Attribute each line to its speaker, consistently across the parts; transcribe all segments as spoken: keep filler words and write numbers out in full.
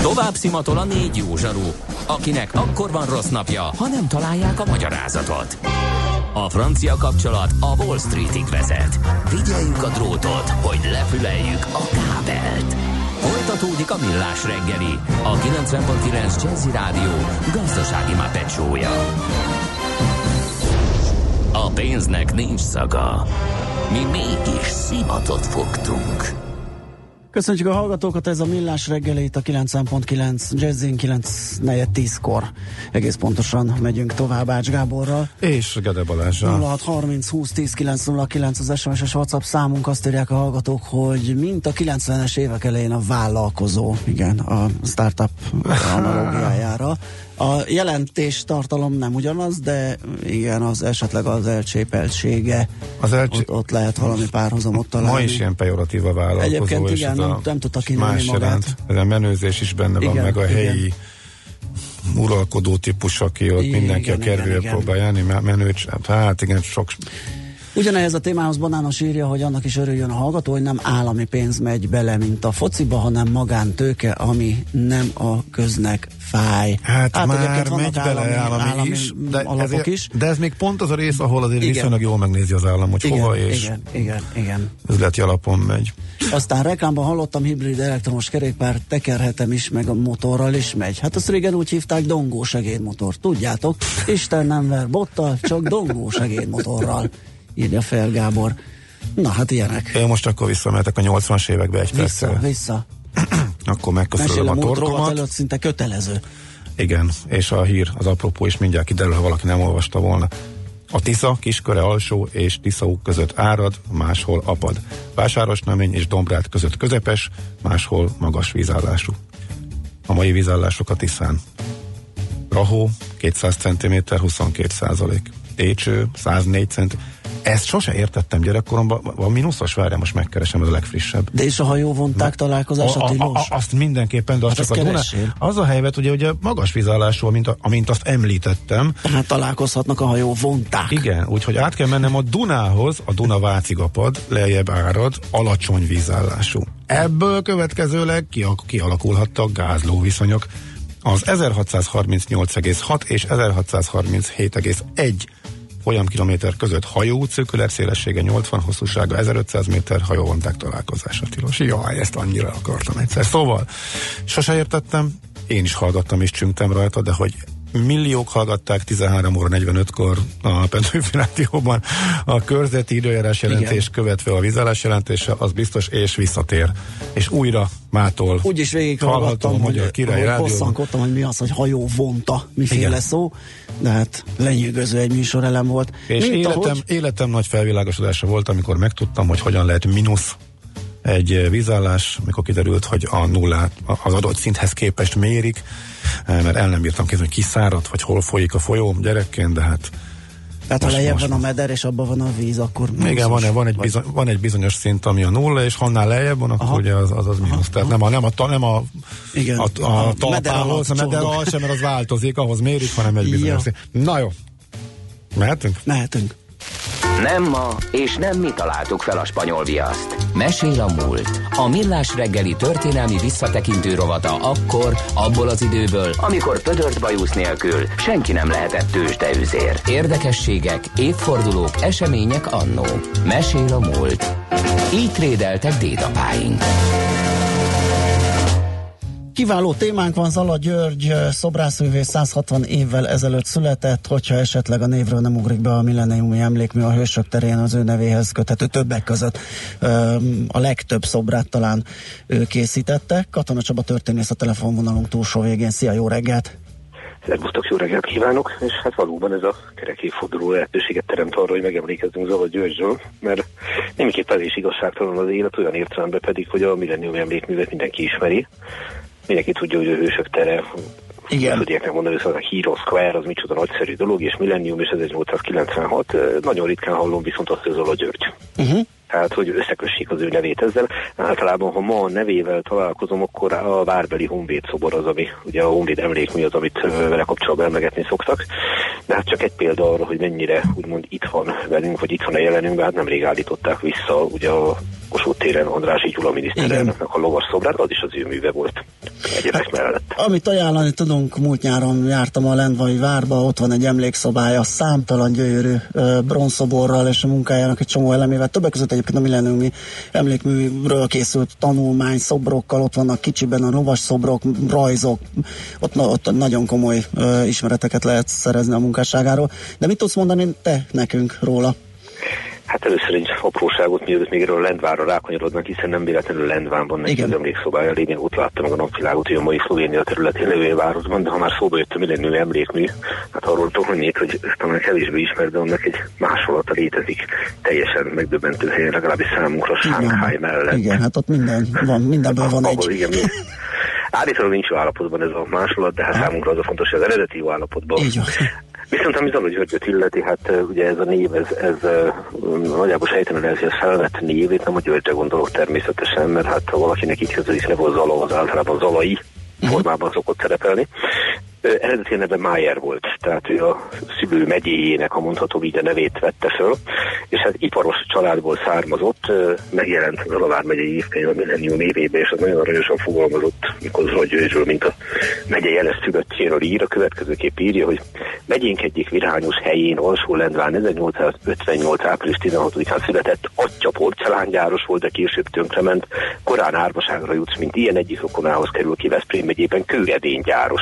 Speaker 1: Tovább szimatol a négy jó zsaru, akinek akkor van rossz napja, ha nem találják a magyarázatot. A francia kapcsolat a Wall Streetig vezet. Figyeljük a drótot, hogy lefüleljük a kábelt. Folytatódik a Millás reggeli, a kilencven pont kilenc Jazzy Rádió gazdasági mápecsója. A pénznek nincs szaga. Mi mégis szimatot fogtunk.
Speaker 2: Köszönjük a hallgatókat, ez a Millás reggeli itt a kilencven pont kilenc Jazzin, kilenc negyven tízkor. Egész pontosan megyünk tovább Ács Gáborral.
Speaker 3: És Gede Balázsral.
Speaker 2: nulla hat harminc húsz tíz kilenc nulla kilenc az es em es-es WhatsApp számunk, azt írják a hallgatók, hogy mint a kilencvenes évek elején a vállalkozó, igen, a startup analógiájára. A jelentés tartalom nem ugyanaz, de igen, az esetleg az elcsépeltsége,
Speaker 3: az elcsé...
Speaker 2: ott, ott lehet valami párhuzamot találni.
Speaker 3: Ma is ilyen pejoratív a vállalkozó.
Speaker 2: Egyébként
Speaker 3: és
Speaker 2: igen, nem,
Speaker 3: a
Speaker 2: nem tudta kinőni magát.
Speaker 3: Ez a menőzés is benne van, igen, meg a helyi igen. uralkodó típus, aki ott igen, mindenki igen, a kervőre próbál járni, menőcs, hát igen, sok...
Speaker 2: Ugyanehhez a témához Banános írja, hogy annak is örüljön a hallgató, hogy nem állami pénz megy bele, mint a fociba, hanem magántőke, ami nem a köznek fáj.
Speaker 3: Hát, hát már megy bele állami, állami, állami is, de,
Speaker 2: alapok
Speaker 3: ezért,
Speaker 2: is.
Speaker 3: De ez még pont az a rész, ahol azért igen. viszonylag jól megnézi az állam, hogy
Speaker 2: igen,
Speaker 3: hova és
Speaker 2: igen, igen, igen.
Speaker 3: üzleti alapon megy.
Speaker 2: Aztán reklámban hallottam, hibrid elektromos kerékpár, tekerhetem is, meg a motorral is megy. Hát azt régen úgy hívták dongó segédmotor. Tudjátok, Isten nem ver bottal, csak dongó segédmotorral. Írja fel Gábor. Na hát ilyenek.
Speaker 3: Én most akkor visszamehetek a nyolcvanas évekbe egy
Speaker 2: vissza,
Speaker 3: perccel.
Speaker 2: Vissza,
Speaker 3: Akkor megköszönöm a torkomat.
Speaker 2: Előtt szinte kötelező.
Speaker 3: Igen, és a hír, az apropó is mindjárt kiderül, ha valaki nem olvasta volna. A Tisza, Kisköre alsó és Tiszaúk között árad, máshol apad. Vásárosnamény és Dombrát között közepes, máshol magas vízállású. A mai vízállások a Tiszán. Rahó kétszáz centiméter, huszonkét százalék. Técső száznégy centiméter. Ezt sose értettem gyerekkoromban, a mínuszos, várjál, most megkeresem, ez a legfrissebb.
Speaker 2: De és a hajóvonták találkozás a tilos?
Speaker 3: Azt mindenképpen, de az
Speaker 2: hát
Speaker 3: csak a Duna. Az a helyzet, ugye, ugye magas vízállású, amint, a, amint azt említettem.
Speaker 2: Tehát találkozhatnak a hajóvonták.
Speaker 3: Igen, úgyhogy át kell mennem a Dunához, a Duna-Vácig apad, lejjebb árad, alacsony vízállású. Ebből következőleg kialakulhattak gázló viszonyok. Az ezerhatszázharmincnyolc egész hat és ezerhatszázharminchét egész egy folyamkilométer között hajóút, szökület szélessége nyolcvan, hosszúsága ezerötszáz méter, hajóvonták találkozása tilos. Jaj, ezt annyira akartam egyszer. Szóval, sose értettem, én is hallgattam és csüngtem rajta, de hogy milliók hallgatták tizenhárom óra negyvenötkor a Petőfi Rádióban a körzeti időjárás jelentés követve a vízállás jelentése, az biztos, és visszatér. És újra mától
Speaker 2: úgy is végighallgattam,
Speaker 3: hogy, hogy
Speaker 2: hosszankodtam, hogy mi az, hogy hajó vonta, miféle igen. szó, de hát lenyűgöző egy műsorelem volt.
Speaker 3: És életem, ahogy... életem nagy felvilágosodása volt, amikor megtudtam, hogy hogyan lehet mínusz egy vízállás, amikor kiderült, hogy a nullát az adott szinthez képest mérik, mert el nem bírtam képzelni, hogy kiszáradt, vagy hol folyik a folyó gyerekként, de hát
Speaker 2: tehát most, ha lejjebb van a meder, és abban van a víz, akkor...
Speaker 3: Igen, van, van, egy bizony, van egy bizonyos szint, ami a nulla, és ha annál lejjebb van, akkor aha. ugye az az, az mínusz. Tehát nem a, nem a, nem a,
Speaker 2: igen,
Speaker 3: a, a, a talpához, a meder alatt sem, mert az változik, ahhoz mérik, hanem egy bizonyos szint. Na jó, mehetünk?
Speaker 2: Mehetünk.
Speaker 1: Nem ma, és nem mi találtuk fel a spanyol viaszt. Mesél a múlt. A Millás reggeli történelmi visszatekintő rovata akkor, abból az időből, amikor pödört bajusz nélkül senki nem lehetett tőzsdeüzér. Érdekességek, évfordulók, események annó. Mesél a múlt. Így trédeltek dédapáink.
Speaker 2: Kiváló témánk van, Zala György, szobrászművész, száz hatvan évvel ezelőtt született, hogyha esetleg a névről nem ugrik be a milleniumi emlékmű a Hősök terén, az ő nevéhez köthető többek között a legtöbb szobrát talán ő készítette. Katona Csaba történész a telefonvonalunk túlsó végén. Szia, jó reggelt!
Speaker 4: Szervusztok, jó reggelt kívánok, és hát valóban ez a kerek évforduló lehetőséget teremt arra, hogy megemlékezzünk Zala Györgyről, mert némiképp el is igazságtalan az élet, olyan értelemben pedig, hogy a milleniumi emlékművet mindenki ismeri. Mindenki tudja, hogy a Hősök tere,
Speaker 2: igen.
Speaker 4: Tudják mondani, hogy a Hero Square az micsoda nagyszerű dolog, és Millennium és ezernyolcszázkilencvenhat. Nagyon ritkán hallom viszont azt, hogy Zala György. Uh-huh. Tehát, hogy összekössék az ő nevét ezzel. Általában, ha ma a nevével találkozom, akkor a várbeli Honvéd szobor az, ami ugye a Honvéd emlékmű az, amit vele kapcsolatban emlegetni szoktak. De hát csak egy példa arra, hogy mennyire úgymond itt van velünk, vagy itt van a jelenünkben, hát nemrég állították vissza ugye a Kossuth téren Andrássy Gyula miniszterelnöknek a lovas szobrát, az is az ő műve volt egyébek mellett.
Speaker 2: Amit ajánlani tudunk, múlt nyáron jártam a Lendvai várba, ott van egy emlékszobája, számtalan gyönyörű bronzszoborral és a munkájának egy csomó elemével. Többek között egyébként a millenniumi emlékműről készült tanulmány szobrokkal, ott vannak kicsiben a lovas szobrok, rajzok, ott, ott nagyon komoly uh, ismereteket lehet szerezni a munkásságáról. De mit tudsz mondani te nekünk róla?
Speaker 4: Hát először egy apróságot, mielőtt még erről a Lendvánra rákanyarodnak, hiszen nem véletlenül Lendvánban neki az emlékszobája, lényeg ott látta meg a napvilágot, hogy a mai Szlovénia területén levő városban, de ha már szóba jött a millenniumi emlékmű, hát arról tudnék, hogy talán kevésbé ismert, de annak egy másolata létezik teljesen megdöbbentő helyen, legalábbis számunkra Shanghai mellett.
Speaker 2: Igen, hát ott minden van, mindenből van egy.
Speaker 4: Igen, állítólag nincs jó állapotban ez a másolat, de hát számunkra az a fontos, hogy az eredeti jó állapotban. Viszont ami Zala Györgyöt illeti, hát ugye ez a név, ez, ez nagyjából sejteni lehet, hogy ez felvett név, itt nem a Györgyre gondolok természetesen, mert hát ha valakinek így kezdődik neve a Zala, az általában Zalai formában szokott szerepelni. Eredetileg ebben Májer volt, tehát ő a szülő megyéjének, ha mondhatom így, a nevét vette föl, és hát iparos családból származott, megjelent az Zalavár megyei évkönyv a millennium évében, és az nagyon aranyosan fogalmazott, mikor Zala Györgyről, mint a megye jeles szülöttjéről ír, a következőképp írja, hogy megyénk egyik virágos helyén, Alsó Lendván ezernyolcszázötvennyolc április tizenhatodikán született, atya porcelángyáros volt, de később tönkrement, korán árvaságra jutsz, mint ilyen egyik rokonához kerül ki Veszprém megyében kőedénygyáros.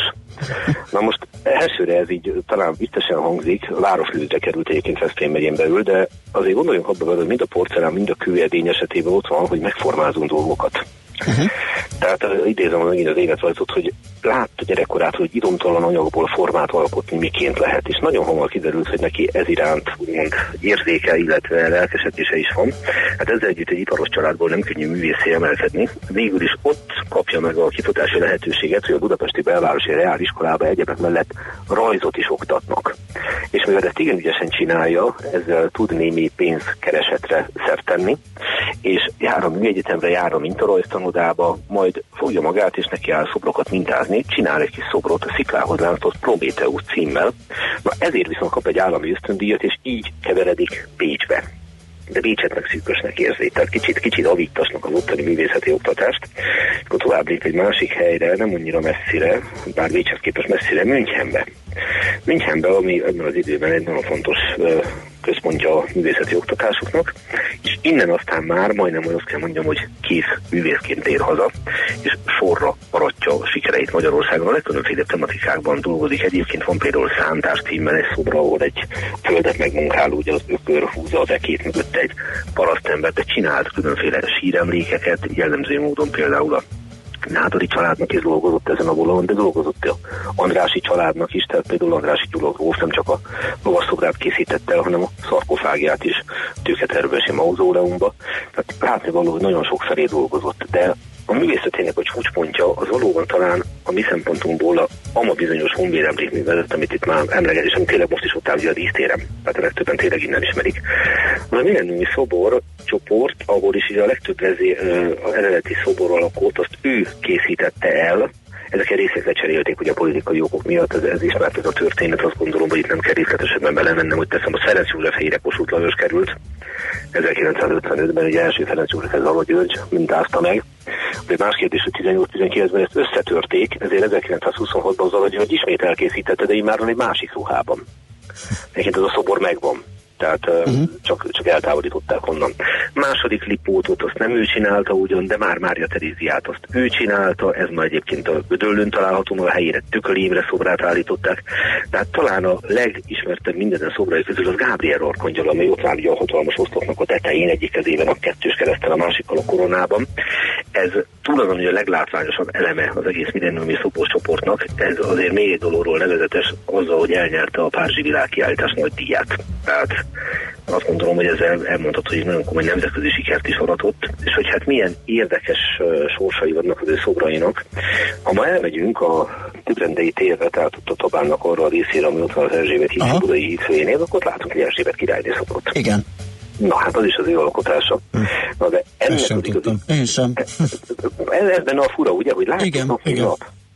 Speaker 4: Na most elsőre ez így talán viccesen hangzik, városlőzre került egyébként Veszprém megyén belül, de azért gondoljunk abban vele, hogy mind a porcelán, mind a kőedény esetében ott van, hogy megformázunk dolgokat. Uh-huh. Tehát uh, idézem megint az életrajzot, hogy látta gyerekkorát, hogy idomtalan anyagból formát alkotni miként lehet, és nagyon hamar kiderült, hogy neki ez iránt úgymond érzéke, illetve lelkesedése is van. Hát ezzel együtt egy iparos családból nem könnyű művészé emelkedni. Végül is ott kapja meg a kifutatási lehetőséget, hogy a budapesti belvárosi reáliskolába egyebek mellett rajzot is oktatnak. És mivel ezt igen ügyesen csinálja, ezzel tud némi pénzkeresetre szert tenni, és jár a műegyetemre, jár a mintarajztanodába, majd fogja magát, és neki áll szobrokat mintázni, csinál egy kis szobrot a sziklához láncolt Prométeusz címmel. Na ezért viszont kap egy állami ösztöndíjat, és így keveredik Bécsbe. De Bécset meg szűkösnek érzi, tehát kicsit, kicsit avittasnak az ottani művészeti oktatást. Akkor tovább lép egy másik helyre, nem annyira messzire, bár Bécshez képest messzire, Münchenbe. Münchenbe, ami ebben az időben egy nagyon fontos uh, központja a művészeti oktatásoknak, és innen aztán már majdnem azt kell mondjam, hogy kész művészként tér haza, és sorra aratja a sikereit Magyarországon. A legkülönfélebb tematikákban dolgozik. Egyébként van például Szántás címmel egy szobra, ahol egy földet megmunkáló, ugye az ökör húzza a vekét mögött egy parasztember, de csinált különféle síremlékeket, jellemző módon például a Nádori családnak is dolgozott ezen a vonalon, de dolgozott a Andrássy családnak is, tehát például Andrássy Gyula gróf nem csak a lovasszobrát készítette el, hanem a szarkofágiát is Tőketervesi mauzóleumba. Tehát látni való, hogy nagyon sok felé dolgozott, de a művészetének a csúcspontja az valóban talán a mi szempontunkból a ama bizonyos honvédemlékművelet, amit itt már emleget, és amit tényleg most is ott áll, ugye a dísztérem, tehát a legtöbben tényleg innen ismerik. Az a millenniumi szobor csoport, ahol is ugye a legtöbb vezé, az eredeti szobor alakot, azt ő készítette el. Ezek a részek lecserélték ugye a politikai okok miatt, ez, ez ismert ez a történet, azt gondolom, hogy itt nem kell részletesebben belemennem, hogy teszem, a Ferenc József helyére Kossuth Lajos került. ezerkilencszázötvenötben ugye első Ferenc József ez Zala György mintázta meg. De más kérdés, hogy tizennyolc-tizenkilencben ezt összetörték, ezért ezerkilencszázhuszonhatban Zala György ismét elkészítette, de immáron egy másik ruhában. Egyébként ez a szobor megvan. Tehát uh-huh. csak, csak eltávolították onnan. Második Lipótot azt nem ő csinálta ugyan, de már Mária Teréziát azt ő csinálta, ez ma egyébként a Gödöllőn található, a helyére Tököl Imre szobrát állították. Tehát talán a legismertebb minden szobrai közül az Gábriel Arkangyal, amely ott áll a hatalmas oszlopnak a tetején, egyik kezében a kettős kereszttel, a másikkal a koronában. Ez tulajdonképpen a leglátványosabb eleme az egész millenniumi szoborcsoportnak. Ez azért még egy dologról nevezetes azzal, hogy elnyerte a Párizsi világkiállítás nagy díját. Tehát azt gondolom, hogy ezzel elmondható, hogy nagyon komoly nemzetközi sikert is aratott, és hogy hát milyen érdekes sorsai vannak az ő szobrainak. Ha ma elmegyünk a Tübrendei térre, tehát ott a Tabánnak arra a részére, ami ott van az Erzsébet hídfő budai hídfőjénél, akkor ott látunk egy Erzsébet királyné szobrot.
Speaker 2: Igen.
Speaker 4: Na hát az is az ő alkotása. Na de ennek
Speaker 2: sem
Speaker 4: az
Speaker 2: tudtam. Én sem.
Speaker 4: Ez, ez benne a fura, ugye, hogy látjuk
Speaker 2: igen,
Speaker 4: nap,
Speaker 2: igen.
Speaker 4: nap.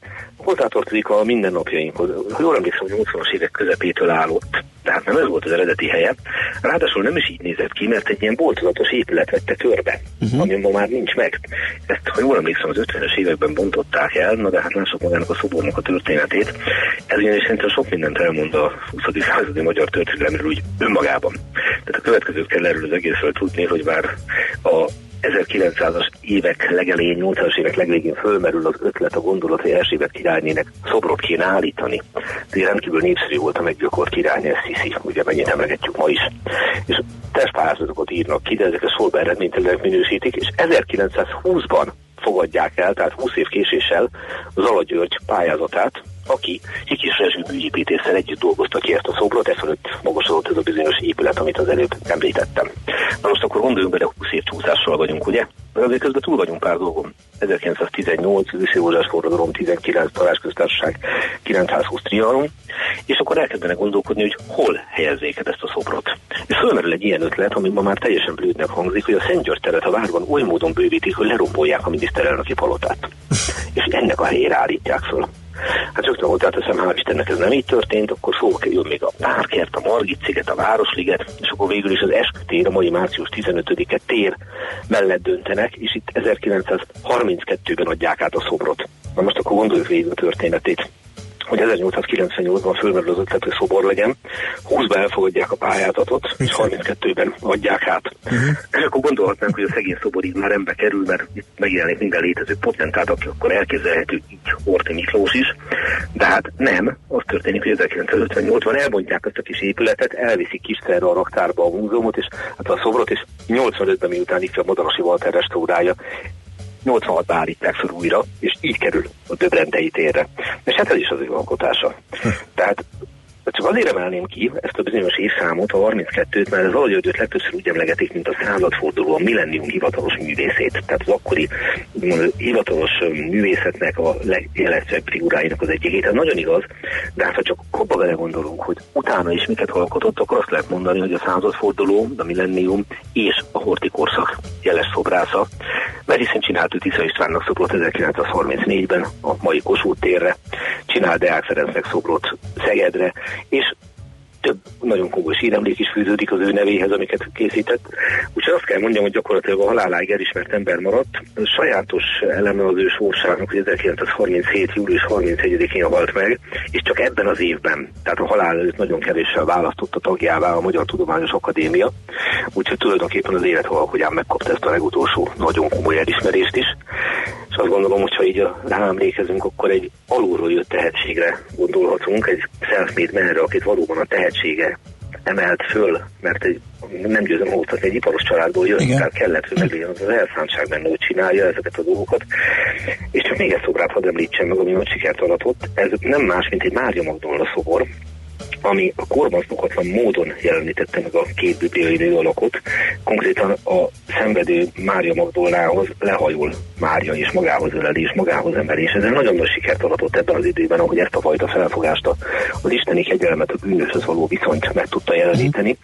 Speaker 4: hozzátartozik a mindennapjainkhoz. Ha jól emlékszem, hogy nyolcvanas évek közepétől állott, tehát nem ez volt az eredeti helye. Ráadásul nem is így nézett ki, mert egy ilyen boltozatos épület vette körbe, uh-huh. ami ma már nincs meg. Ezt, ha jól emlékszem, az ötvenes években bontották el, na de hát lássuk magának a szobornak a történetét. Ez ugyanis szerintem sok mindent elmond a huszadik századi magyar történelemről úgy önmagában. Tehát a következőt kell erről az egészről tudni, hogy bár a ezerkilencszázas évek legelején, nyolcvanas évek legvégén fölmerül az ötlet, a gondolat, hogy Erzsébet királynének szobrot kéne állítani. De rendkívül népszerű volt a meggyilkolt királyné, ez Sziszi, ugye mennyit emlegetjük ma is. És testpályázatokat írnak ki, de ezek a sorba eredménytelenek minősítik, és ezerkilencszázhúszban fogadják el, tehát húsz év késéssel Zala György pályázatát, aki Hikis Rezső műépítéssel együtt dolgozta ki ezt a szobrot, ez fölött magasodott ez a bizonyos épület, amit az előbb említettem. Na most akkor gondoljunk bele, húsz év csúszással vagyunk, ugye? De azért közben túl vagyunk pár dolgon. ezerkilencszáztizennyolc, Őszi-Ózsás forradalom, tizenkilenc, Tanácsköztársaság, kilencszázhúsz Trianon, és akkor elkezdenek gondolkodni, hogy hol helyezzék ezt a szobrot. És fölmerül egy ilyen ötlet, ami ma már teljesen blődnek hangzik, hogy a Szent György teret a várban oly módon bővítik, hogy lerombolják a miniszterelnöki palotát. És ennek a helyére állítják föl. Hát rögtön hozzáteszem, hál' Istennek ez nem így történt, akkor szóba jön még a Párkert, a Margit-sziget, a Városliget, és akkor végül is az eskütér, a mai március tizenötödike tér mellett döntenek, és itt ezerkilencszázharminckettőben adják át a szobrot. Na most akkor gondoljuk végig a történetét, hogy ezernyolcszázkilencvennyolcban fölmerül az ötlet, hogy szobor legyen, húszban elfogadják a pályázatot, és harminckettőben adják át. Uh-huh. És akkor gondolhatnánk, hogy a szegény szobor így már rendbe kerül, mert itt megjelenik minden létező potentát, aki akkor elképzelhető így Horthy Miklós is, de hát nem, az történik, hogy ezerkilencszázötvennyolcban elbontják ezt a kis épületet, elviszik Kisterre a raktárba a múzeumot, és hát a szobrot, és nyolcvanötben miután itt a Madarasi Walter restaurálja, nyolcvanhatban állítják fel újra, és így kerül a Döbrentei térre. És hát ez is az ő alkotása. Tehát csak azért emelném ki ezt a bizonyos évszámot, a harminckettőt, mert az Zala Györgyöt legtöbbször úgy emlegetik, mint a századforduló, a millennium hivatalos művészét. Tehát az akkori úgymond, hivatalos művészetnek a legjelentősebb figuráinak az egyikét. Ez nagyon igaz, de hát ha csak abba vele gondolunk, hogy utána is miket alkotott, akkor azt lehet mondani, hogy a századforduló, a millennium és a Horthy korszak jeles szobrásza, mert hiszen csinált ő Tisza Istvánnak szobrot ezerkilencszázharmincnégyben a mai Kossuth térre, csinált Deák Ferencnek szobrot Szegedre, és több nagyon komoly síremlék is fűződik az ő nevéhez, amiket készített. Úgyhogy azt kell mondjam, hogy gyakorlatilag a haláláig elismert ember maradt. Sajátos eleme az ő sorsának, hogy ezerkilencszázharminchét. július harmincegyedikén halt meg, és csak ebben az évben, tehát a halál előtt nagyon kevéssel választotta tagjává a Magyar Tudományos Akadémia, úgyhogy tulajdonképpen az élet valahogy megkapta ezt a legutolsó nagyon komoly elismerést is. És azt gondolom, hogyha így ráemlékezünk, akkor egy alulról jött tehetségre gondolhatunk, egy self-made manre, akit valóban a tehetsége emelt föl, mert egy, nem győzöm ahhoz, egy iparos családból jött, igen. Tehát kellett, hogy meglegyen az elszántság benne, hogy csinálja ezeket a dolgokat. És csak még egy szobrát hadd említsem meg, ami nagy sikert aratott. Ez nem más, mint egy Mária Magdolna szobor, ami a korban szokatlan módon jelenítette meg a két bibliai nő alakot. Konkrétan a szenvedő Mária Magdolnához lehajol Mária, és magához öleli, és magához emeli, és ezzel nagyon nagy sikert aratott ebben az időben, ahogy ezt a fajta felfogást, az isteni kegyelmet, a bűnöshöz való viszonyt meg tudta jeleníteni.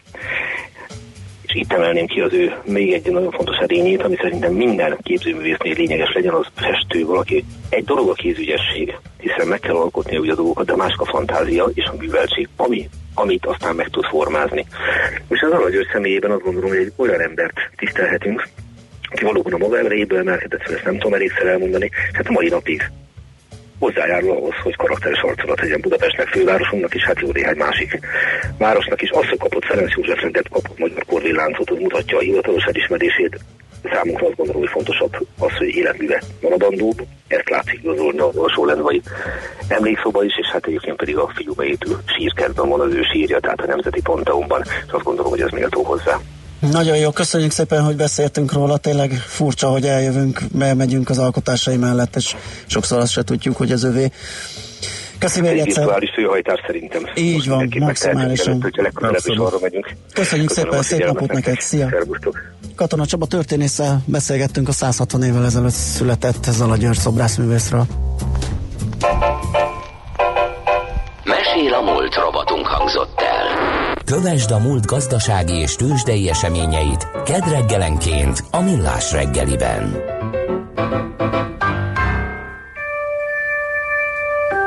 Speaker 4: És itt emelném ki az ő még egy nagyon fontos erényét, ami szerintem minden képzőművésznél lényeges legyen, az festő valaki. Egy dolog a kézügyesség, hiszen meg kell alkotnia ugye a dolgokat, de másik a fantázia és a műveltség, ami, amit aztán meg tud formázni. És az Zala György személyében azt gondolom, hogy egy olyan embert tisztelhetünk, aki valóban a maga erejéből emelkedett fel, ezt nem tudom elégszer elmondani, hát a mai napig hozzájárul ahhoz, hogy karakteres arcolat legyen Budapestnek, fővárosunknak is, hát jó néhány másik városnak is. Azt, hogy kapott Ferenc József rendet, kapott Magyar Korvélláncot, hogy mutatja a hivatalos elismerését. Számunkra azt gondolom, hogy fontosabb az, hogy életműve maradandóbb. Ezt látszik igazolni az alsó lendvai emlékszoba is, és hát egyébként pedig a fiúbeétű sírkertben van az ő sírja, tehát a Nemzeti Panteonban, és azt gondolom, hogy ez méltó hozzá.
Speaker 2: Nagyon jó, köszönjük szépen, hogy beszéltünk róla, tényleg furcsa, hogy eljövünk, megyünk az alkotásai mellett, és sokszor azt se tudjuk, hogy az övé. Köszönjük még egyszer. Egy virtuális
Speaker 4: főhajtás szerintem.
Speaker 2: Így van, maximálisan. Köszönjük szépen, szép napot neked, szia!
Speaker 4: Szervusztok.
Speaker 2: Katona Csaba történésszel beszélgettünk a száz hatvan évvel ezelőtt született Zala György szobrászművészről.
Speaker 1: Mesél a múlt robotunk hangzott el. Kövesd a múlt gazdasági és tőzsdei eseményeit kedd reggelenként a Millás reggeliben.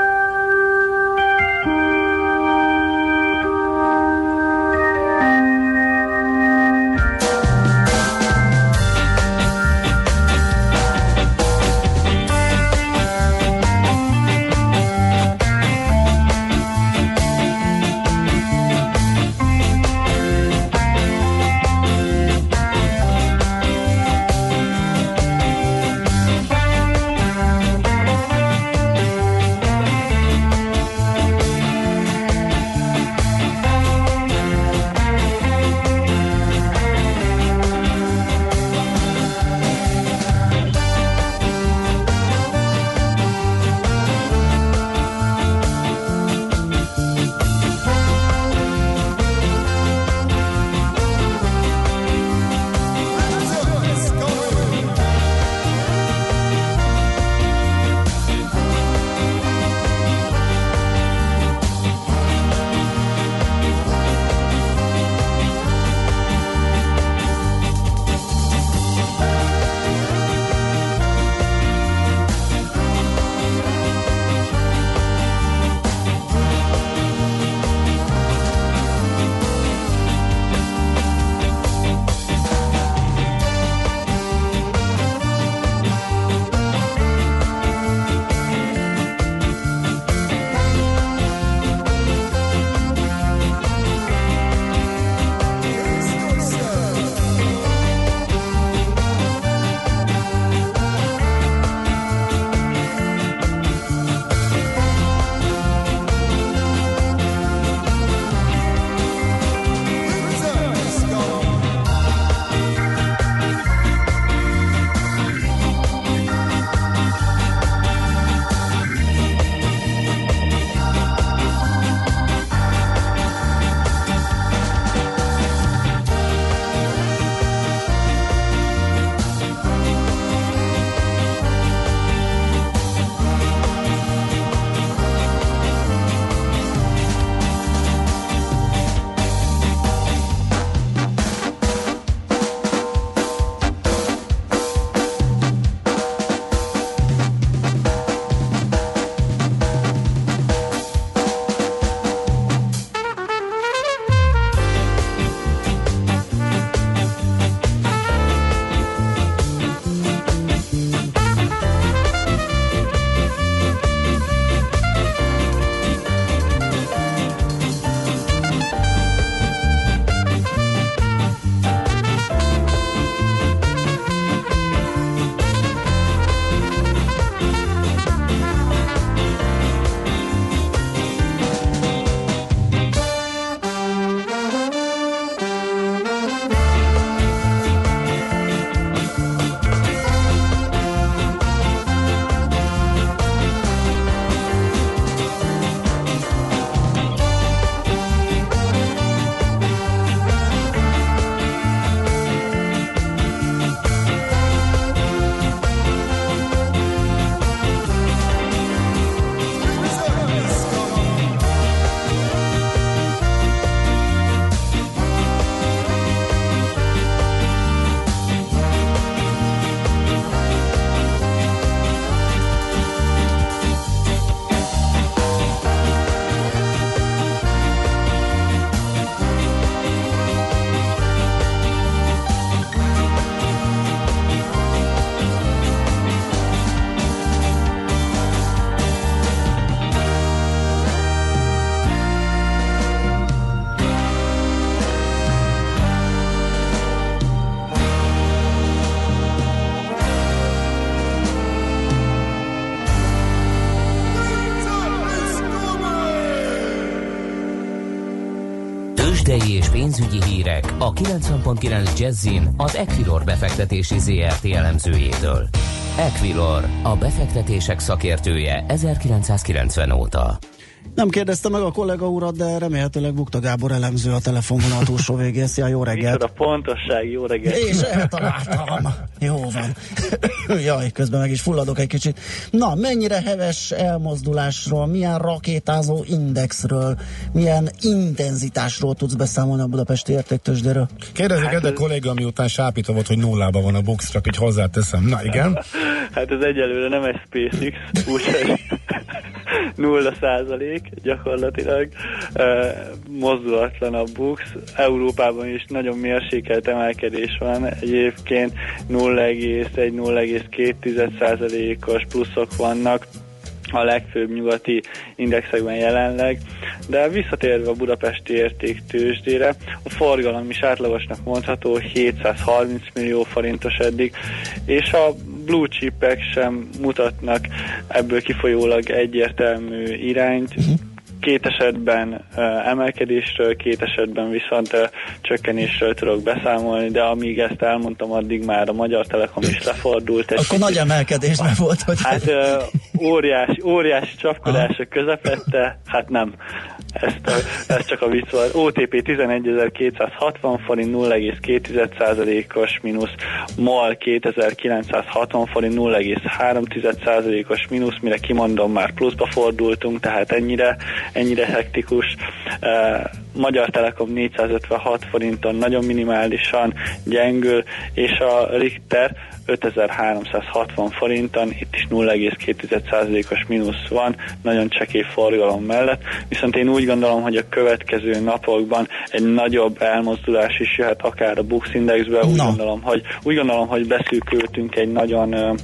Speaker 1: Tőzsdei és pénzügyi hírek a kilencven pont kilenc Jazzin az Equilor befektetési zé er té elemzőjétől. Equilor, a befektetések szakértője ezerkilencszázkilencven óta.
Speaker 2: Nem kérdezte meg a kollega urat, de remélhetőleg Bukta Gábor elemző a telefonvonal túlsó végén. Szia, jó reggelt!
Speaker 5: Micsoda pontosság, jó reggelt!
Speaker 2: És eltaláltam! Jó van. Jaj, közben meg is fulladok egy kicsit. Na, mennyire heves elmozdulásról, milyen rakétázó indexről, milyen intenzitásról tudsz beszámolni a budapesti értéktőzsdéről?
Speaker 3: Kérdezik hát, de kolléga, miután sápítva volt, hogy nullában van a box, csak így hozzáteszem. Na igen.
Speaker 5: Hát ez egyelőre nem egy SpaceX, úgyhogy nulla százalék gyakorlatilag uh, mozdulatlan a buksz. Európában is nagyon mérsékelt emelkedés van. Egyébként nulla egész egy nulla egész két százalékos pluszok vannak a legfőbb nyugati indexekben jelenleg, de visszatérve a budapesti értéktőzsdére, a forgalom is átlagosnak mondható, hétszázharminc millió forintos eddig, és a blue chipek sem mutatnak ebből kifolyólag egyértelmű irányt. Uh-huh. Két esetben uh, emelkedésről, két esetben viszont uh, csökkenésről tudok beszámolni, de amíg ezt elmondtam, addig már a Magyar Telekom is lefordult.
Speaker 2: Akkor kicsit. Nagy emelkedés nem volt, hogy...
Speaker 5: Hát uh, óriási, óriási csapkodások közepette, hát nem. Ezt, uh, ez csak a vicc volt. o té pé tizenegyezer-kétszázhatvan forint, nulla egész két százalékos mínusz, MOL kétezer-kilencszázhatvan forint, nulla egész három százalékos mínusz, mire kimondom, már pluszba fordultunk, tehát ennyire ennyire hektikus. Uh, Magyar Telekom négyszázötvenhat forinton nagyon minimálisan gyengül, és a Richter ötezer-háromszázhatvan forinton, itt is nulla egész két százalékos mínusz van, nagyon csekély forgalom mellett, viszont én úgy gondolom, hogy a következő napokban egy nagyobb elmozdulás is jöhet akár a Bux Indexbe, úgy no. gondolom, hogy úgy gondolom, hogy beszűkültünk egy nagyon uh,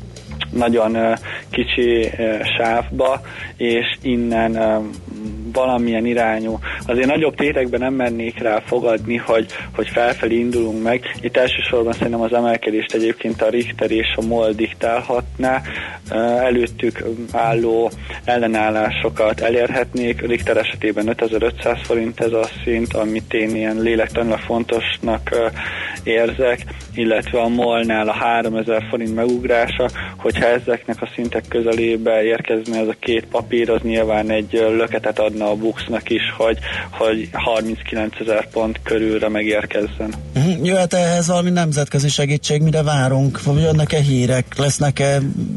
Speaker 5: nagyon uh, kicsi uh, sávba, és innen uh, valamilyen irányú, azért nagyobb tétekben nem mernék rá fogadni, hogy, hogy felfelé indulunk meg. Itt elsősorban szerintem az emelkedést egyébként a Richter és a MOL diktálhatná. Uh, előttük álló ellenállásokat elérhetnék. Richter esetében ötezer-ötszáz forint ez a szint, amit én ilyen lélektanilag fontosnak uh, érzek, illetve a MOL-nál a háromezer forint megugrása, hogyha ezeknek a szintek közelébe érkezne ez a két papír, az nyilván egy löketet adna a Buxnak is, hogy, hogy harminckilencezer pont körülre megérkezzen.
Speaker 2: Uh-huh. Jöhet ehhez valami nemzetközi segítség, mire várunk? Jönnek-e hírek? Lesznek-e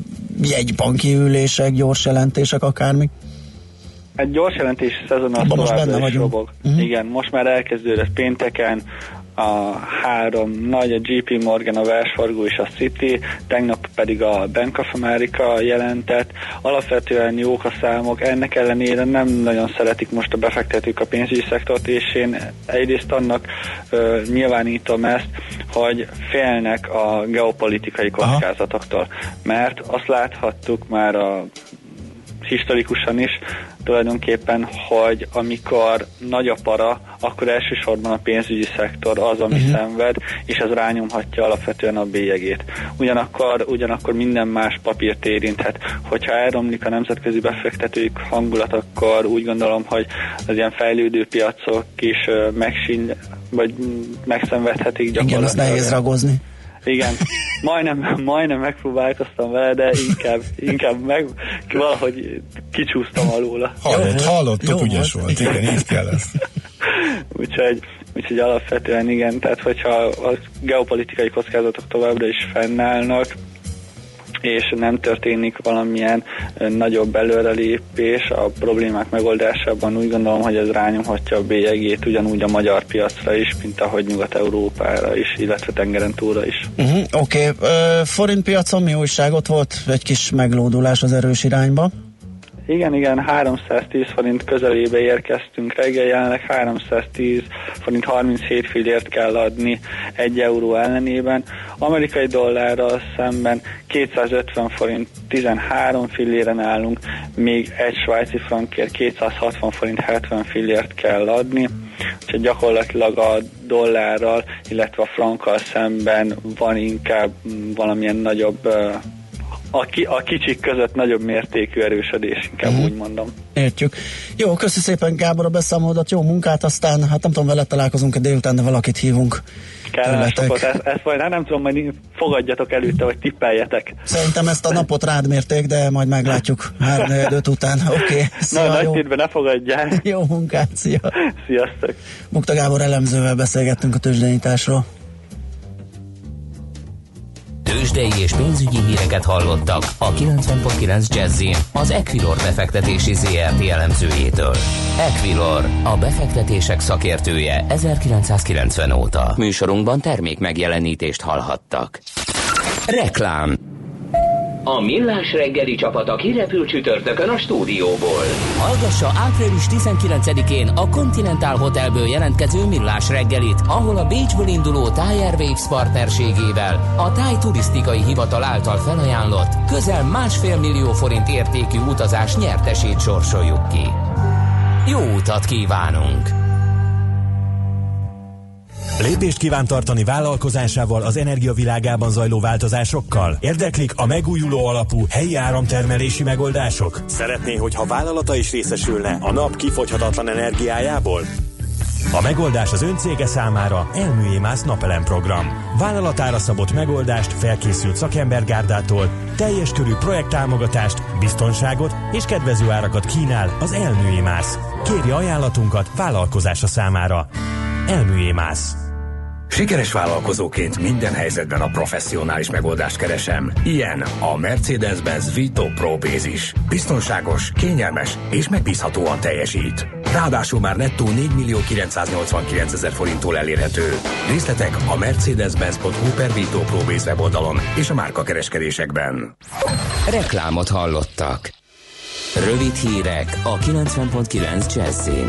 Speaker 2: jegybanki ülések, gyors jelentések, akármi?
Speaker 5: Egy gyors jelentési szezon az továbbra is robog. Uh-huh. Igen, most már elkezdődött pénteken, a három nagy, a jé pé Morgan, a Wells Fargo és a Citi, tegnap pedig a Bank of America jelentett. Alapvetően jók a számok, ennek ellenére nem nagyon szeretik most a befektetők a pénzügyi szektort, és én egyrészt annak uh, nyilvánítom ezt, hogy félnek a geopolitikai kockázatoktól. Aha. Mert azt láthattuk már a historikusan is tulajdonképpen, hogy amikor nagy a para, akkor elsősorban a pénzügyi szektor az, ami uh-huh. szenved, és ez rányomhatja alapvetően a bélyegét. Ugyanakkor, ugyanakkor minden más papírt érinthet. Hogyha elromlik a nemzetközi befektetők hangulat, akkor úgy gondolom, hogy az ilyen fejlődő piacok is megsíny, vagy megszenvedhetik gyakorlatilag.
Speaker 2: Igen, azt nehéz ragozni.
Speaker 5: Igen, majdnem, majdnem megpróbálkoztam vele, de inkább, inkább meg valahogy kicsúsztam alóla.
Speaker 3: Hallott, hallottuk, ügyes volt. Igen, így kell lesz.
Speaker 5: úgyhogy, úgyhogy alapvetően igen, tehát hogyha a geopolitikai kockázatok továbbra is fennállnak, és nem történik valamilyen nagyobb előrelépés a problémák megoldásában, úgy gondolom, hogy ez rányomhatja a bélyegét ugyanúgy a magyar piacra is, mint ahogy Nyugat-Európára is, illetve tengeren túlra is.
Speaker 2: Uh-huh, Oké, okay. uh, forintpiacon mi újságot volt? Egy kis meglódulás az erős irányba?
Speaker 5: Igen, igen, háromszáztíz forint közelébe érkeztünk reggel, jelenleg háromszáztíz forint harminchét fillért kell adni egy euró ellenében. Amerikai dollárral szemben kétszázötven forint tizenhárom filléren állunk, még egy svájci frankért kétszázhatvan forint hetven fillért kell adni. Úgyhogy gyakorlatilag a dollárral, illetve a frankkal szemben van inkább valamilyen nagyobb a, ki, a kicsik között nagyobb mértékű erősödés, inkább mm. úgy mondom.
Speaker 2: Értjük. Jó, köszi szépen Gábor a beszámolódat, jó munkát, aztán hát nem tudom, vele találkozunk-e délután, de valakit hívunk.
Speaker 5: Kellene sokat, ezt, ezt majd nem tudom, majd fogadjatok előtte, vagy tippeljetek.
Speaker 2: Szerintem ezt a napot rád mérték, de majd meglátjuk három öt után. Oké. Okay.
Speaker 5: Na, nagy tétben ne fogadjál.
Speaker 2: Jó munkát, szia.
Speaker 5: Sziasztok.
Speaker 2: Bukta Gábor elemzővel beszélgettünk a tőzsdenyításról.
Speaker 1: Tőzsdei és pénzügyi híreket hallottak a kilencven pont kilenc Jazzin az Equilor befektetési zé er té elemzőjétől. Equilor, a befektetések szakértője ezerkilencszázkilencven óta. Műsorunkban termék megjelenítést hallhattak. Reklám. A Millás reggeli csapat a kirepült csütörtökön a stúdióból. Hallgassa április tizenkilencedikén a Continental Hotelből jelentkező Millás reggelit, ahol a Bécsből induló Thai Airways partnerségével a Thai Turisztikai Hivatal által felajánlott közel másfél millió forint értékű utazás nyertesét sorsoljuk ki. Jó utat kívánunk!
Speaker 6: Lépést kíván tartani vállalkozásával az energiavilágában zajló változásokkal? Érdeklik a megújuló alapú helyi áramtermelési megoldások? Szeretné, hogyha vállalata is részesülne a nap kifogyhatatlan energiájából? A megoldás az ön cége számára Elműémász napelem program. Vállalatára szabott megoldást felkészült szakembergárdától, teljes körű projekttámogatást, biztonságot és kedvező árakat kínál az Elműémász. Kérje ajánlatunkat vállalkozása számára. Elműémász.
Speaker 7: Sikeres vállalkozóként minden helyzetben a professzionális megoldást keresem. Ilyen a Mercedes-Benz Vito Pro Basis. Biztonságos, kényelmes és megbízhatóan teljesít. Ráadásul már nettó négymillió kilencszáznyolcvankilencezer forinttól elérhető. Részletek a mercedes-benz pont hu per Vito Pro Base weboldalon és a márkakereskedésekben.
Speaker 1: Reklámot hallottak. Rövid hírek a kilencven pont kilenc Jazzin.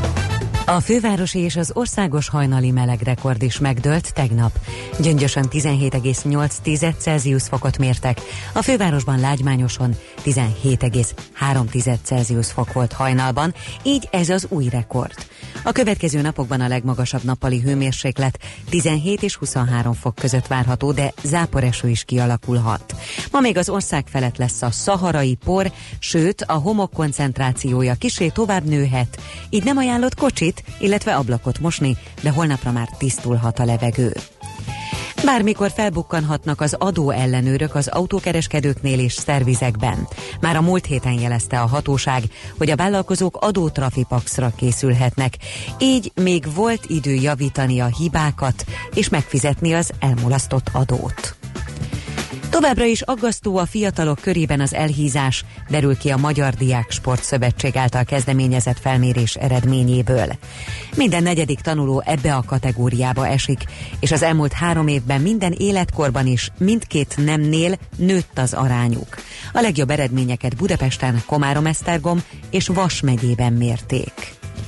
Speaker 8: A fővárosi és az országos hajnali melegrekord is megdőlt tegnap. Gyöngyösön tizenhét egész nyolc Celsius fokot mértek, a fővárosban Lágymányoson tizenhét egész három Celsius fok volt hajnalban, így ez az új rekord. A következő napokban a legmagasabb nappali hőmérséklet tizenhét és huszonhárom fok között várható, de záporeső is kialakulhat. Ma még az ország felett lesz a szaharai por, sőt a homok koncentrációja kissé tovább nőhet, így nem ajánlott kocsit, illetve ablakot mosni, de holnapra már tisztulhat a levegő. Bármikor felbukkanhatnak az adóellenőrök az autókereskedőknél és szervizekben. Már a múlt héten jelezte a hatóság, hogy a vállalkozók adótrafipaxra készülhetnek, így még volt idő javítani a hibákat és megfizetni az elmulasztott adót. Továbbra is aggasztó a fiatalok körében az elhízás, derül ki a Magyar Diák Sportszövetség által kezdeményezett felmérés eredményéből. Minden negyedik tanuló ebbe a kategóriába esik, és az elmúlt három évben minden életkorban is mindkét nemnél nőtt az arányuk. A legjobb eredményeket Budapesten, Komárom-Esztergom és Vas megyében mérték.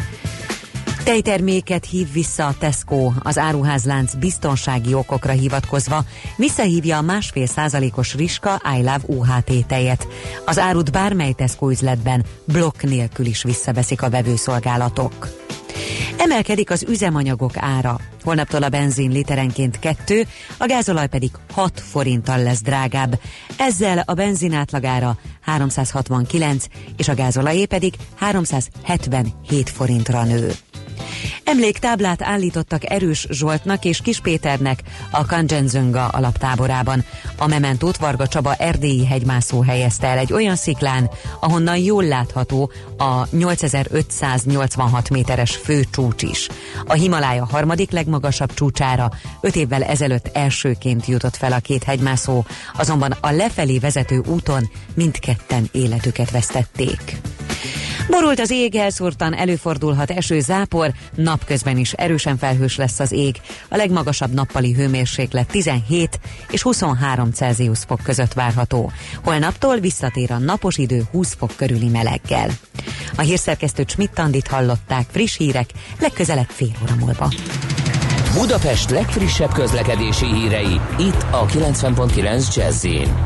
Speaker 8: Tejterméket hív vissza a Tesco, az áruházlánc biztonsági okokra hivatkozva visszahívja a másfél százalékos Riska I Love u há té tejet. Az árut bármely Tesco üzletben blokk nélkül is visszaveszik a vevőszolgálatok. Emelkedik az üzemanyagok ára. Holnaptól a benzin literenként kettő, a gázolaj pedig hat forinttal lesz drágább. Ezzel a benzin átlagára háromszázhatvankilenc és a gázolajé pedig háromszázhetvenhét forintra nő. Emléktáblát állítottak Erős Zsoltnak és Kis Péternek a Kanjenzunga alaptáborában. A mementót Varga Csaba erdélyi hegymászó helyezte el egy olyan sziklán, ahonnan jól látható a nyolcezer-ötszáznyolcvanhat méteres főcsúcs is. A Himalája harmadik legmagasabb csúcsára öt évvel ezelőtt elsőként jutott fel a két hegymászó, azonban a lefelé vezető úton mindketten életüket vesztették. Borult az ég, elszórtan előfordulhat eső, zápor, napközben is erősen felhős lesz az ég. A legmagasabb nappali hőmérséklet tizenhét és huszonhárom Celsius fok között várható. Holnaptól visszatér a napos idő húsz fok körüli meleggel. A hírszerkesztő Schmidt-Andit hallották, friss hírek, legközelebb fél óra múlva.
Speaker 1: Budapest legfrissebb közlekedési hírei, itt a kilencven pont kilenc Jazz-in.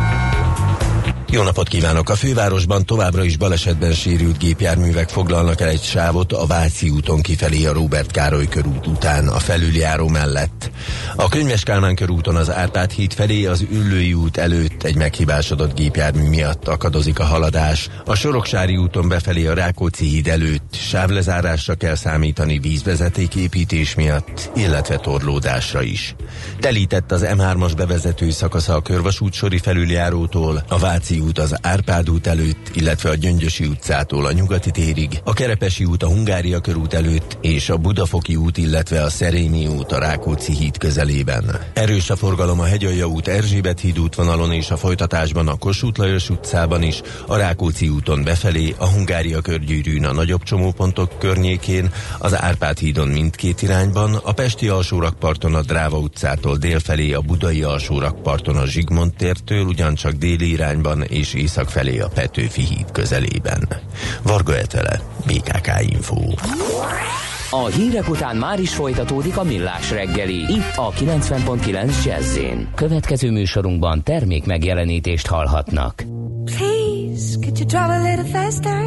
Speaker 9: Jó napot kívánok! A fővárosban továbbra is balesetben sérült gépjárművek foglalnak el egy sávot a Váci úton kifelé a Róbert Károly körút után, a felüljáró mellett. A Könyves Kálmán körúton az Árpád híd felé az Üllői út előtt előtt egy meghibásodott gépjármű miatt akadozik a haladás. A Soroksári úton befelé a Rákóczi híd előtt sávlezárásra kell számítani vízvezetéképítés miatt, illetve torlódásra is. Telített az M hármas bevezető szakasza a Körvasút sori felüljárótól, a Váci út az Árpád út előtt, illetve a Gyöngyösi utcától a Nyugati térig, a Kerepesi út a Hungária körút előtt és a Budafoki út, illetve a Szerémi út a Rákóczi híd közelében. Erős a forgalom a Hegyalja út Erzsébet híd útvonalon és a folytatásban a Kossuth Lajos utcában is, a Rákóczi úton befelé, a Hungária körgyűrűn a nagyobb csomópontok környékén, az Árpád hídon mindkét irányban, a Pesti alsórakparton a Dráva utcától délfelé, a Budai alsórakparton a Zsigmond tértől ugyancsak déli irányban és észak felé a Petőfi híd közelében. Varga Etele, bé ká ká Info.
Speaker 1: A hírek után már is folytatódik a Millás reggeli, itt a kilencven pont kilenc Jazz-én. Következő műsorunkban termék megjelenítést hallhatnak.
Speaker 10: Please, could you drive a little faster?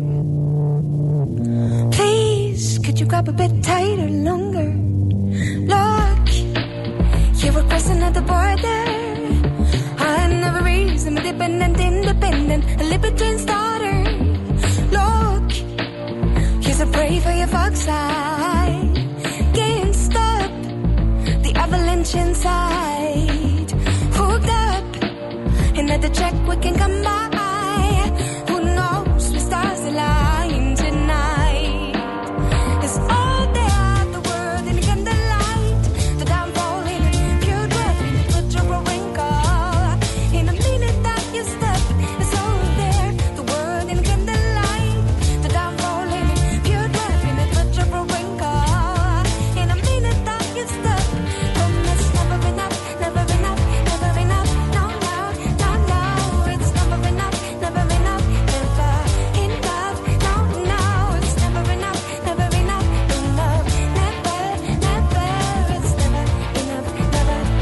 Speaker 10: Please, could you grab a bit tighter, longer? Look, you were crossing at the border. I never reason, independent, independent, a libertine starter. Look, here's a pray for your fox eye. Can't stop the avalanche inside. Hooked up, another check we can come by. Who knows, we stars align tonight. It's all there, the world in the candlelight. The downfall in pure breath, put your wrinkle. In a minute that you step, it's all there, the world in the candlelight. The downfall in pure breath, in a touch of a wrinkle. In a minute that you step, come it's never enough, never enough, never enough. No, no, no, no, it's never enough, never enough, never enough. No, no, it's never enough, never enough, enough, never, never, it's never enough, never enough.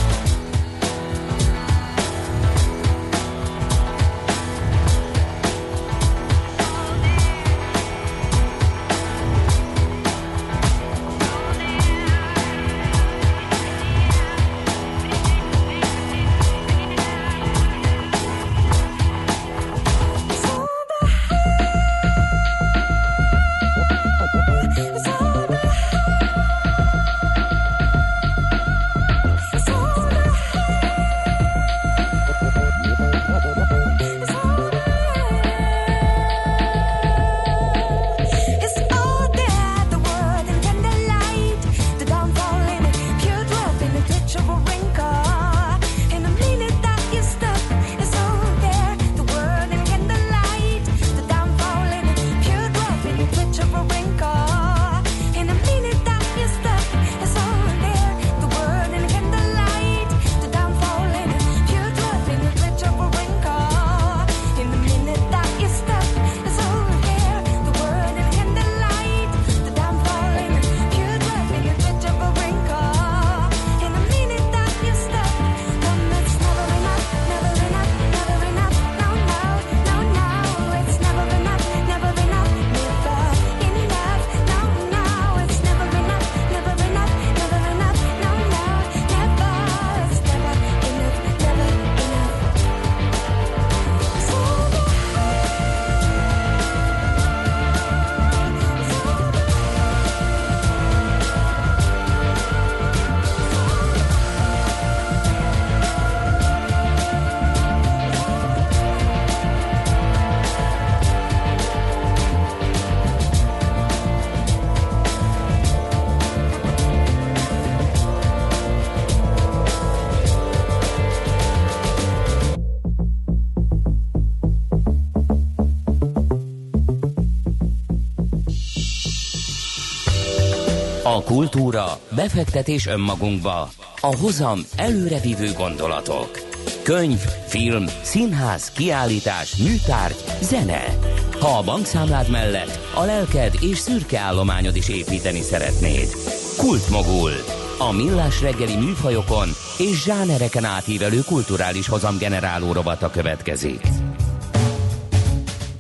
Speaker 1: A kultúra, befektetés önmagunkba, a hozam előrevívő gondolatok. Könyv, film, színház, kiállítás, műtárgy, zene. Ha a bankszámlád mellett a lelked és szürke állományod is építeni szeretnéd. Kultmogul. A Millás reggeli műfajokon és zsánereken átívelő kulturális hozamgeneráló rovata következik.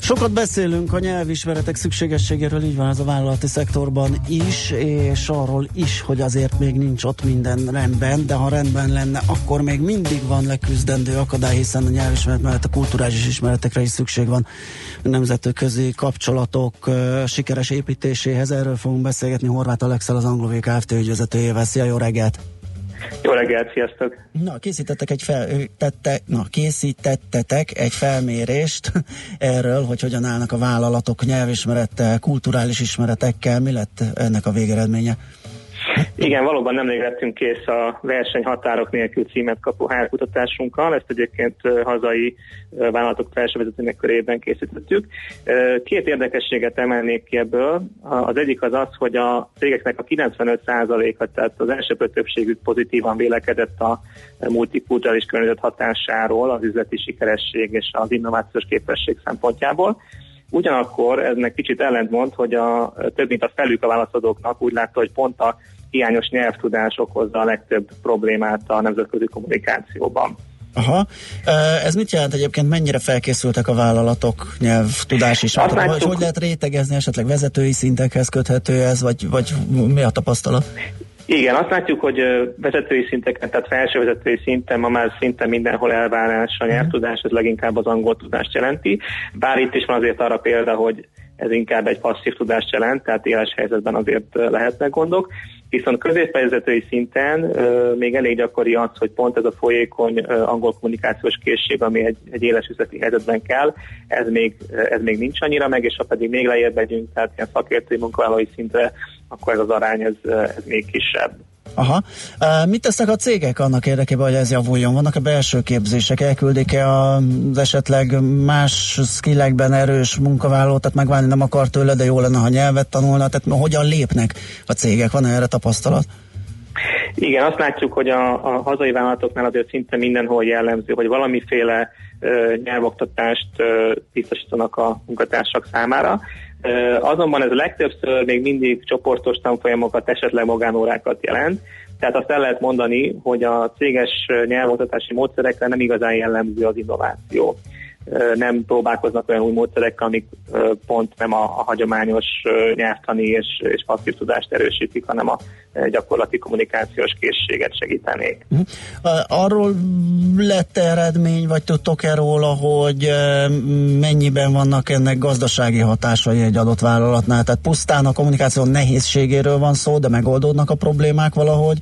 Speaker 2: Sokat beszélünk a nyelvismeretek szükségességéről, így van ez a vállalati szektorban is, és arról is, hogy azért még nincs ott minden rendben, de ha rendben lenne, akkor még mindig van leküzdendő akadály, hiszen a nyelvismeret mellett a kulturális ismeretekre is szükség van a nemzetközi kapcsolatok uh, sikeres építéséhez. Erről fogunk beszélgetni Horváth Alexel, az Anglové Kft. Ügyvezetőjével. Szia, jó reggelt!
Speaker 11: Jó reggelt, sziasztok!
Speaker 2: Na, készítettek egy fel, tette, na, készítettetek egy felmérést erről, hogy hogyan állnak a vállalatok nyelvismerettel, kulturális ismeretekkel. Mi lett ennek a végeredménye?
Speaker 11: Igen, valóban nemrég lettünk kész a Verseny határok nélkül címet kapó há er kutatásunkkal, ezt egyébként hazai vállalatok felsővezetőnek körében készítettük. Két érdekességet emelnék ki ebből. Az egyik az az, hogy a cégeknek a kilencvenöt százaléka, tehát az elsőprő többségük pozitívan vélekedett a multikulturális környezet hatásáról, az üzleti sikeresség és az innovációs képesség szempontjából. Ugyanakkor eznek kicsit ellentmond, hogy a, több mint a felük a válaszadóknak úgy látta, hogy pont a hiányos nyelvtudás okozza a legtöbb problémát a nemzetközi kommunikációban.
Speaker 2: Aha. Ez mit jelent egyébként? Mennyire felkészültek a vállalatok nyelvtudás is? Hogy, hogy lehet rétegezni, esetleg vezetői szintekhez köthető ez, vagy, vagy mi a tapasztalat?
Speaker 11: Igen, azt látjuk, hogy vezetői szinteken, tehát felsővezetői szinten ma már szinte mindenhol elvárás a nyelvtudás, ez leginkább az angol tudást jelenti. Bár itt is van azért arra példa, hogy ez inkább egy passzív tudást jelent, tehát éles helyzetben azért lehetnek gondok. Viszont középvezetői szinten uh, még elég gyakori az, hogy pont ez a folyékony uh, angol kommunikációs készség, ami egy, egy éles üzleti helyzetben kell, ez még, ez még nincs annyira meg, és ha pedig még lejjebb megyünk, tehát ilyen szakértői munkavállalói szintre, akkor ez az arány ez, ez még kisebb.
Speaker 2: Aha. Uh, mit tesznek a cégek annak érdekében, hogy ez javuljon? Vannak-e belső képzések? Elküldik-e az esetleg más skillekben erős munkavállalót, tehát megválni nem akar tőle, de jó lenne, ha nyelvet tanulna? Tehát hogyan lépnek a cégek? Van erre tapasztalat?
Speaker 11: Igen, azt látjuk, hogy a, a hazai vállalatoknál azért szinte mindenhol jellemző, hogy valamiféle uh, nyelvoktatást uh, biztosítanak a munkatársak számára. Uh, azonban ez legtöbbször még mindig csoportos tanfolyamokat, esetleg magánórákat jelent. Tehát azt el lehet mondani, hogy a céges nyelvoktatási módszerekre nem igazán jellemző az innováció. Uh, nem próbálkoznak olyan új módszerekkel, amik uh, pont nem a, a hagyományos uh, nyelvtani és, és passzív tudást erősítik, hanem a uh, gyakorlati kommunikációs készséget segítenék.
Speaker 2: Uh-huh. Arról lett eredmény, vagy tudtok-e róla, hogy uh, mennyiben vannak ennek gazdasági hatásai egy adott vállalatnál? Tehát pusztán a kommunikáció nehézségéről van szó, de megoldódnak a problémák valahogy,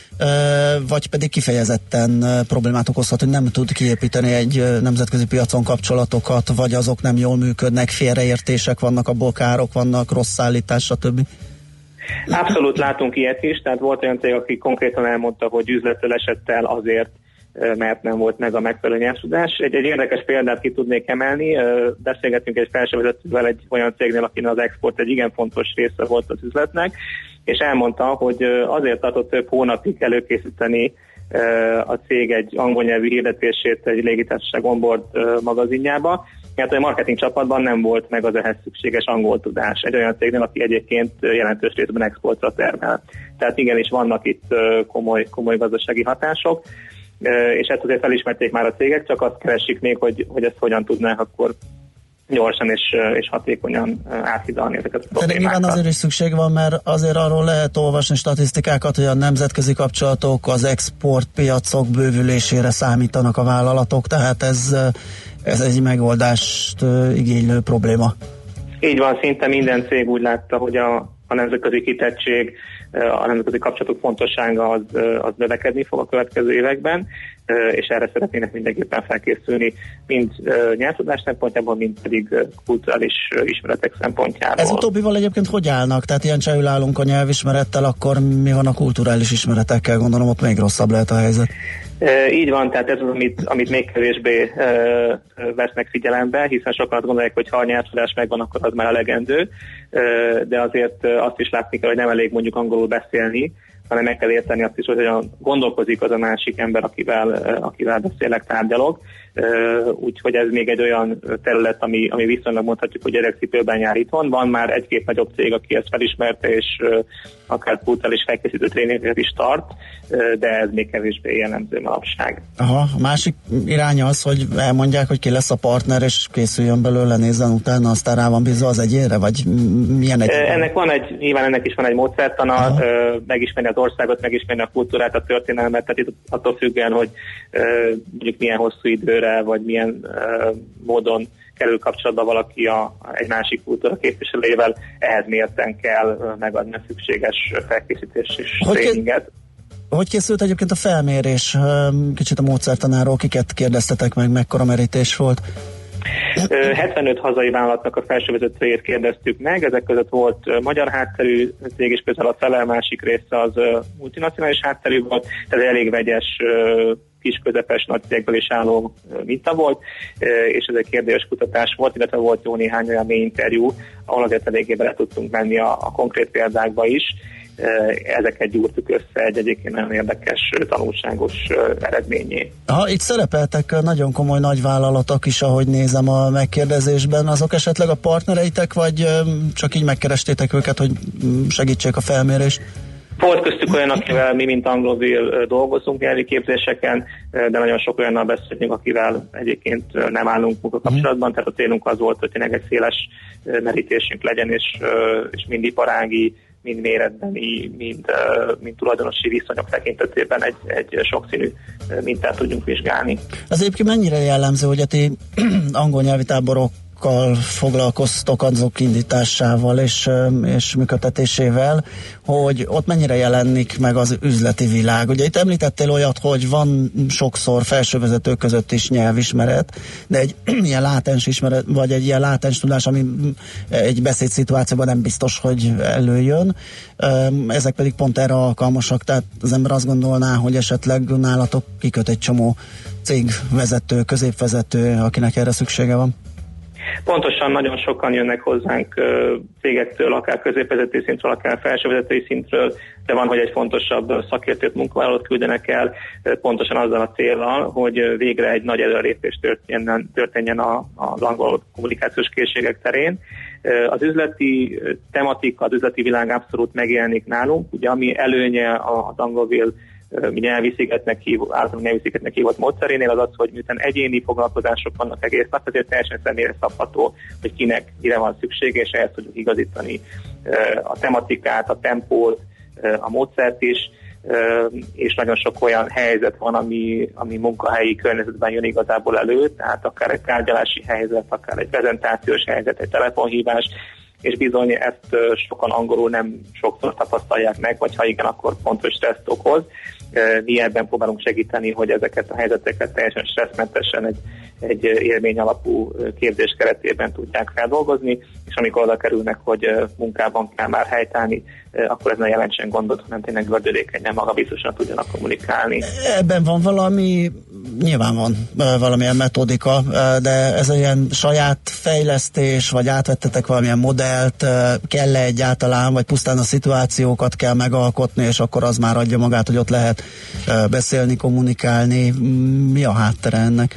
Speaker 2: vagy pedig kifejezetten problémát okozhat, hogy nem tud kiépíteni egy nemzetközi piacon kapcsolatokat, vagy azok nem jól működnek, félreértések vannak, abból károk vannak, rossz szállítás, stb.
Speaker 11: Abszolút látunk ilyet is, tehát volt olyan cég, aki konkrétan elmondta, hogy üzlettől esett el azért, mert nem volt meg a megfelelő nyelvtudás. Egy, egy érdekes példát ki tudnék emelni. Beszélgettünk egy felsővezetővel egy olyan cégnél, akinek az export egy igen fontos része volt az üzletnek, és elmondta, hogy azért tartott több hónapig előkészíteni a cég egy angol nyelvű hirdetését egy légitársaság onboard magazinjába, mert a marketing csapatban nem volt meg az ehhez szükséges angol tudás. Egy olyan cégnél, aki egyébként jelentős részben exportra termel. Tehát igenis vannak itt komoly, komoly gazdasági hatások, és ezt azért felismerték már a cégek, csak azt keresik még, hogy, hogy ezt hogyan tudnák akkor gyorsan és, és hatékonyan áthidalni ezeket a problémákat.
Speaker 2: De nyilván azért is szükség van, mert azért arról lehet olvasni statisztikákat, hogy a nemzetközi kapcsolatok, az exportpiacok bővülésére számítanak a vállalatok, tehát ez, ez egy megoldást igénylő probléma.
Speaker 11: Így van, szinte minden cég úgy látta, hogy a, a nemzetközi kitettség, a nemzetközi kapcsolatok fontossága az, az növekedni fog a következő években, és erre szeretnének mindenképpen felkészülni, mind nyelvtudás szempontjából, mind pedig kulturális ismeretek szempontjából.
Speaker 2: Ez utóbbival egyébként hogy állnak? Tehát ilyen csehül állunk a nyelvismerettel, akkor mi van a kulturális ismeretekkel? Gondolom, ott még rosszabb lehet a helyzet.
Speaker 11: E, így van, tehát ez az, amit, amit még kevésbé e, vesznek figyelembe, hiszen sokan azt gondolják, hogy ha a nyelvtudás megvan, akkor az már elegendő, e, de azért azt is látni kell, hogy nem elég mondjuk angolul beszélni, hanem meg kell érteni azt is, hogy hogyan gondolkozik az a másik ember, akivel, akivel beszélek, tárgyalok. úgyhogy ez még egy olyan terület, ami, ami viszonylag mondhatjuk, hogy gyerekcipőben jár itthon. Van már egy-két nagyobb cég, aki ezt felismerte, és akár pulttal és felkészítő tréningeket is tart, de ez még kevésbé jellemző manapság.
Speaker 2: Aha, a másik irány az, hogy elmondják, hogy ki lesz a partner, és készüljön belőle, nézzen utána, aztán rá van bízva az egyénre, vagy milyen egy...
Speaker 11: Ennek van egy, nyilván ennek is van egy módszertana, aha, megismerni az országot, megismerni a kultúrát, a történelmet, tehát itt attól függően, hogy mondjuk milyen hosszú időre, vagy milyen módon kerül kapcsolatba valaki a, egy másik kultúra képviselőjével, ehhez mérten kell megadni a szükséges felkészítés és hogy tréninget. Ke-
Speaker 2: hogy készült egyébként a felmérés? Kicsit a módszertanáról, kiket kérdeztetek meg, mekkora merítés volt?
Speaker 11: hetvenöt hazai vállalatnak a felsővezetőjét kérdeztük meg, ezek között volt magyar hátterű cég, és közel a fele, másik része az multinacionális hátterű volt, tehát elég vegyes kis, közepes, nagy cégből is álló minta volt, és ez egy kérdéses kutatás volt, illetve volt jó néhány olyan mély interjú, ahol azért eléggé bele tudtunk menni a, a konkrét példákba is. Ezeket gyúrtuk össze egy egyébként nagyon érdekes, tanulságos eredményé.
Speaker 2: Ha itt szerepeltek nagyon komoly nagyvállalatok is, ahogy nézem a megkérdezésben, azok esetleg a partnereitek, vagy csak így megkerestétek őket, hogy segítsék a felmérést?
Speaker 11: Volt köztük olyan, akivel mi, mint Angloville dolgozunk nyelvi képzéseken, de nagyon sok olyannal beszélünk, akivel egyébként nem állunk munkakapcsolatban, tehát a célunk az volt, hogy tényleg egy széles merítésünk legyen, és, és mind iparági, mind méretbeni, mind, mind tulajdonosi viszonyok tekintetében egy, egy sokszínű mintát tudjunk vizsgálni.
Speaker 2: Az egyébként mennyire jellemző, hogy a ti angol nyelvi táborok foglalkoztok azok indításával és, és működtetésével, hogy ott mennyire jelenik meg az üzleti világ. Ugye itt említettél olyat, hogy van sokszor felsővezetők között is nyelvismeret, de egy ilyen látens ismeret, vagy egy ilyen látens tudás, ami egy beszédszituációban nem biztos, hogy előjön. Ezek pedig pont erre alkalmasak, tehát az ember azt gondolná, hogy esetleg nálatok kiköt egy csomó cégvezető, középvezető, akinek erre szüksége van.
Speaker 11: Pontosan, nagyon sokan jönnek hozzánk cégektől, akár középvezetői szintről, akár felsővezetői szintről, de van, hogy egy fontosabb szakértőt, munkavállalót küldenek el, pontosan azzal a céllal, hogy végre egy nagy előrelépés történjen, történjen az angol kommunikációs készségek terén. Az üzleti tematika, az üzleti világ abszolút megjelenik nálunk, ugye ami előnye az Angloville mi nyelviszigetnek hívott, általában nyelviszigetnek hívott módszerénél az az, hogy miután egyéni foglalkozások vannak egész nap, ezért teljesen személyre szabható, hogy kinek mire van szüksége, és ehhez tudjuk igazítani a tematikát, a tempót, a módszert is, és nagyon sok olyan helyzet van, ami, ami munkahelyi környezetben jön igazából elő, tehát akár egy tárgyalási helyzet, akár egy prezentációs helyzet, egy telefonhívás, és bizony ezt sokan angolul nem sokszor tapasztalják meg, vagy ha igen, akkor pontos stresszt okoz. Mi ebben próbálunk segíteni, hogy ezeket a helyzeteket teljesen stresszmentesen egy, egy élmény alapú képzés keretében tudják feldolgozni, és amikor oda kerülnek, hogy munkában kell már helytállni, akkor ez ne jelentsen gondot, hanem tényleg gördülékenyen, magabiztosan tudjanak kommunikálni. Ebben
Speaker 2: van valami, nyilván van valamilyen metodika, de ez ilyen saját fejlesztés, vagy átvettetek valamilyen modellt, kell-e egyáltalán, vagy pusztán a szituációkat kell megalkotni, és akkor az már adja magát, hogy ott lehet beszélni, kommunikálni. Mi a háttere ennek?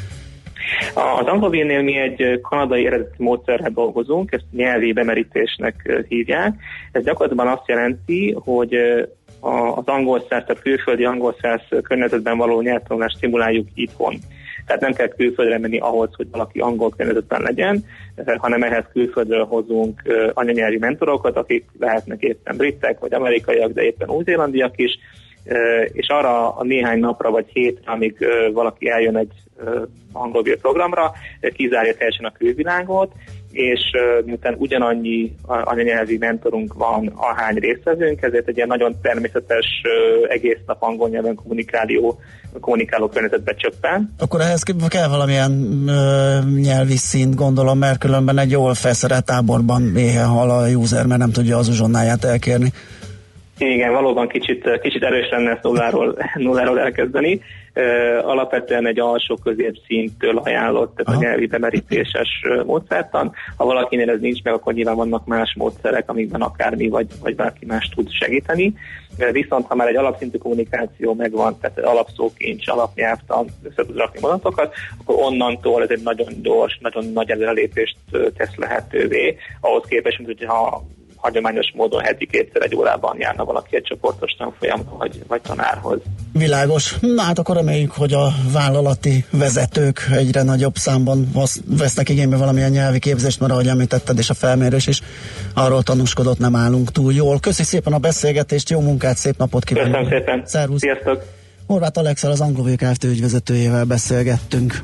Speaker 11: Az Angloville-nél mi egy kanadai eredeti módszerrel dolgozunk, ezt nyelvi bemerítésnek hívják. Ez gyakorlatilag azt jelenti, hogy az angol száz, tehát külföldi angol száz környezetben való nyelvtanulást stimuláljuk itthon. Tehát nem kell külföldre menni ahhoz, hogy valaki angol környezetben legyen, hanem ehhez külföldről hozunk anyanyelvi mentorokat, akik lehetnek éppen britek, vagy amerikaiak, de éppen új-zélandiak is, és arra a néhány napra vagy hétre, amíg valaki eljön egy Angloville programra, kizárja teljesen a külvilágot, és miután ugyanannyi anyanyelvi mentorunk van, ahány résztvevőnk, ezért egy ilyen nagyon természetes, egész nap angol nyelven kommunikáló, kommunikáló környezetbe csöppen.
Speaker 2: Akkor ehhez kell valamilyen ö, nyelvi szint, gondolom, mert különben egy jól felszerelt táborban éhen hal a user, mert nem tudja az uzsonnáját elkérni.
Speaker 11: Igen, valóban kicsit, kicsit erős lenne ezt nulláról, nulláról elkezdeni. Uh, alapvetően egy alsó középszinttől ajánlott, tehát a nyelvi bemerítéses módszertan. Ha valakinél ez nincs meg, akkor nyilván vannak más módszerek, amikben akármi vagy, vagy bárki más tud segíteni. Uh, viszont ha már egy alapszintű kommunikáció megvan, tehát alapszókincs, alapnyelvtan, össze tud rakni mondatokat, akkor onnantól ez egy nagyon gyors, nagyon nagy előrelépést tesz lehetővé. Ahhoz képest, mint hogyha hagyományos módon heti kétszer egy órában járna valaki egy csoportos tanfolyamra, vagy, vagy tanárhoz.
Speaker 2: Világos. Na hát akkor reméljük, hogy a vállalati vezetők egyre nagyobb számban vesznek igénybe valamilyen nyelvi képzést, mert ahogy említetted, és a felmérés is arról tanúskodott, nem állunk túl jól. Köszi szépen a beszélgetést, jó munkát, szép napot kívánok!
Speaker 11: Köszönöm szépen!
Speaker 2: Szervusz!
Speaker 11: Sziasztok!
Speaker 2: Horváth Alekszel, az Anglovil Kft. Ügyvezetőjével beszélgettünk.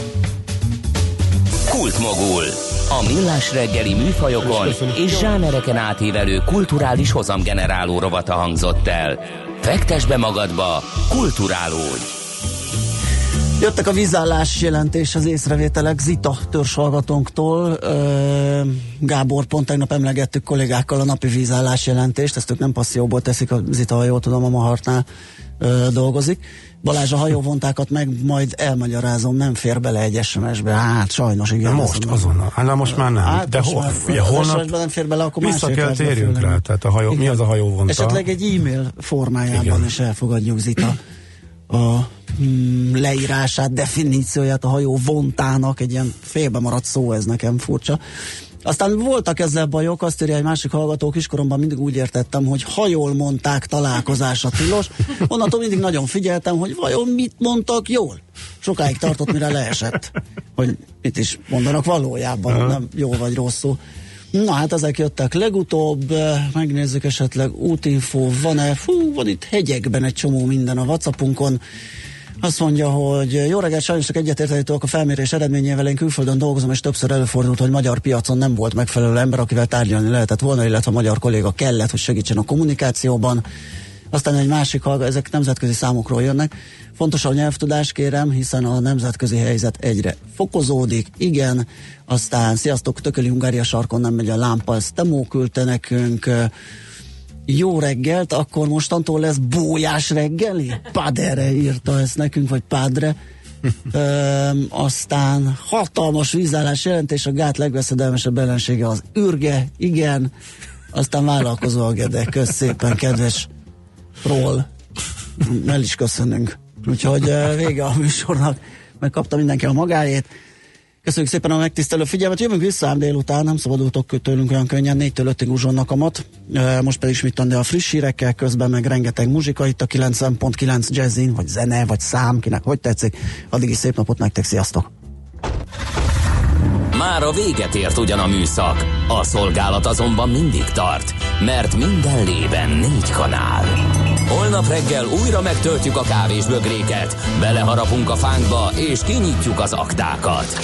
Speaker 1: Kultmogul. A millás reggeli műfajokon és zsánereken átívelő kulturális hozamgeneráló rovata hangzott el. Fektess be magadba, kulturálódj!
Speaker 2: Jöttek a vízállás jelentés, az észrevételek Zita törzshallgatónktól. Gábor, pont tegnap emlegettük kollégákkal a napi vízállás jelentést, ezt ők nem passzióból teszik, a Zita, ha jól tudom, a Mahartnál dolgozik. Balázs, a hajóvontákat meg majd elmagyarázom, nem fér bele egy es em es-be. Hát sajnos, igen.
Speaker 3: De most azonnal. Hát most már nem.
Speaker 2: Hát
Speaker 3: de hol, ugye, holnap
Speaker 2: nem fér bele, akkor
Speaker 3: vissza kell térjünk rá. Tehát a hajó, mi az a hajóvonta?
Speaker 2: Esetleg egy e-mail formájában igen. is elfogadjuk, Zita, a mm, leírását, definícióját a hajó vontának, egy ilyen félbe maradt szó, ez nekem furcsa. Aztán voltak ezzel bajok, azt írja egy másik hallgató, kiskoromban mindig úgy értettem, hogy ha jól mondták, találkozásra tilos. Onnantól mindig nagyon figyeltem, hogy vajon mit mondtak jól. Sokáig tartott, mire leesett, hogy mit is mondanak valójában, nem jó vagy rosszul. Na hát ezek jöttek legutóbb, megnézzük esetleg útinfo, van-e, fú, van itt hegyekben egy csomó minden a WhatsAppunkon. Azt mondja, hogy jó reggelt, sajnos csak egyetértettük a felmérés eredményével, én külföldön dolgozom, és többször előfordult, hogy magyar piacon nem volt megfelelő ember, akivel tárgyalni lehetett volna, illetve a magyar kolléga kellett, hogy segítsen a kommunikációban. Aztán egy másik hallga, ezek nemzetközi számokról jönnek. Fontos a nyelvtudás, kérem, hiszen a nemzetközi helyzet egyre fokozódik. Igen, aztán sziasztok, Tököli Hungária sarkon nem megy a lámpa, ezt Temó küldte nekünk. Jó reggelt, akkor mostantól lesz bójás reggeli? Padere írta ezt nekünk, vagy Padre. Öm, aztán hatalmas vízállás jelentés, a gát legveszedelmesebb ellensége az ürge, igen. Aztán vállalkozó a Gede, kösz szépen, kedves ról. El is köszönünk. Úgyhogy vége a műsornak, megkapta mindenki a magáét. Köszönjük szépen a megtisztelő figyelmet. Jövünk vissza ám délután, nem szabadultok tőlünk olyan könnyen, négytől ötig uzsonnak a mat. Most pedig Schmidt de a friss hírekkel, közben meg rengeteg muzsika itt a kilencven pont kilenc jazzin, vagy zene, vagy szám, kinek hogy tetszik. Addig is szép napot nektek, sziasztok!
Speaker 1: Már a véget ért ugyan a műszak, a szolgálat azonban mindig tart, mert minden lében négy kanál. Holnap reggel újra megtöltjük a kávésbögréket, beleharapunk a fánkba és kinyitjuk az aktákat.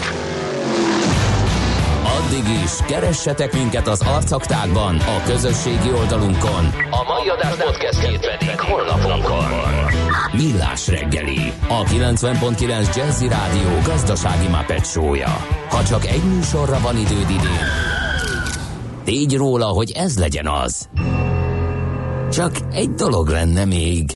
Speaker 1: Addig is keressetek minket az arcaktákban, a közösségi oldalunkon. A mai adás podcastjét pedig honlapunkon. Millás reggeli, a kilencven pont kilenc Jazzy Rádió gazdasági Muppet show-ja. Ha csak egy műsorra van időd idén, tégy róla, hogy ez legyen az. Csak egy dolog lenne még.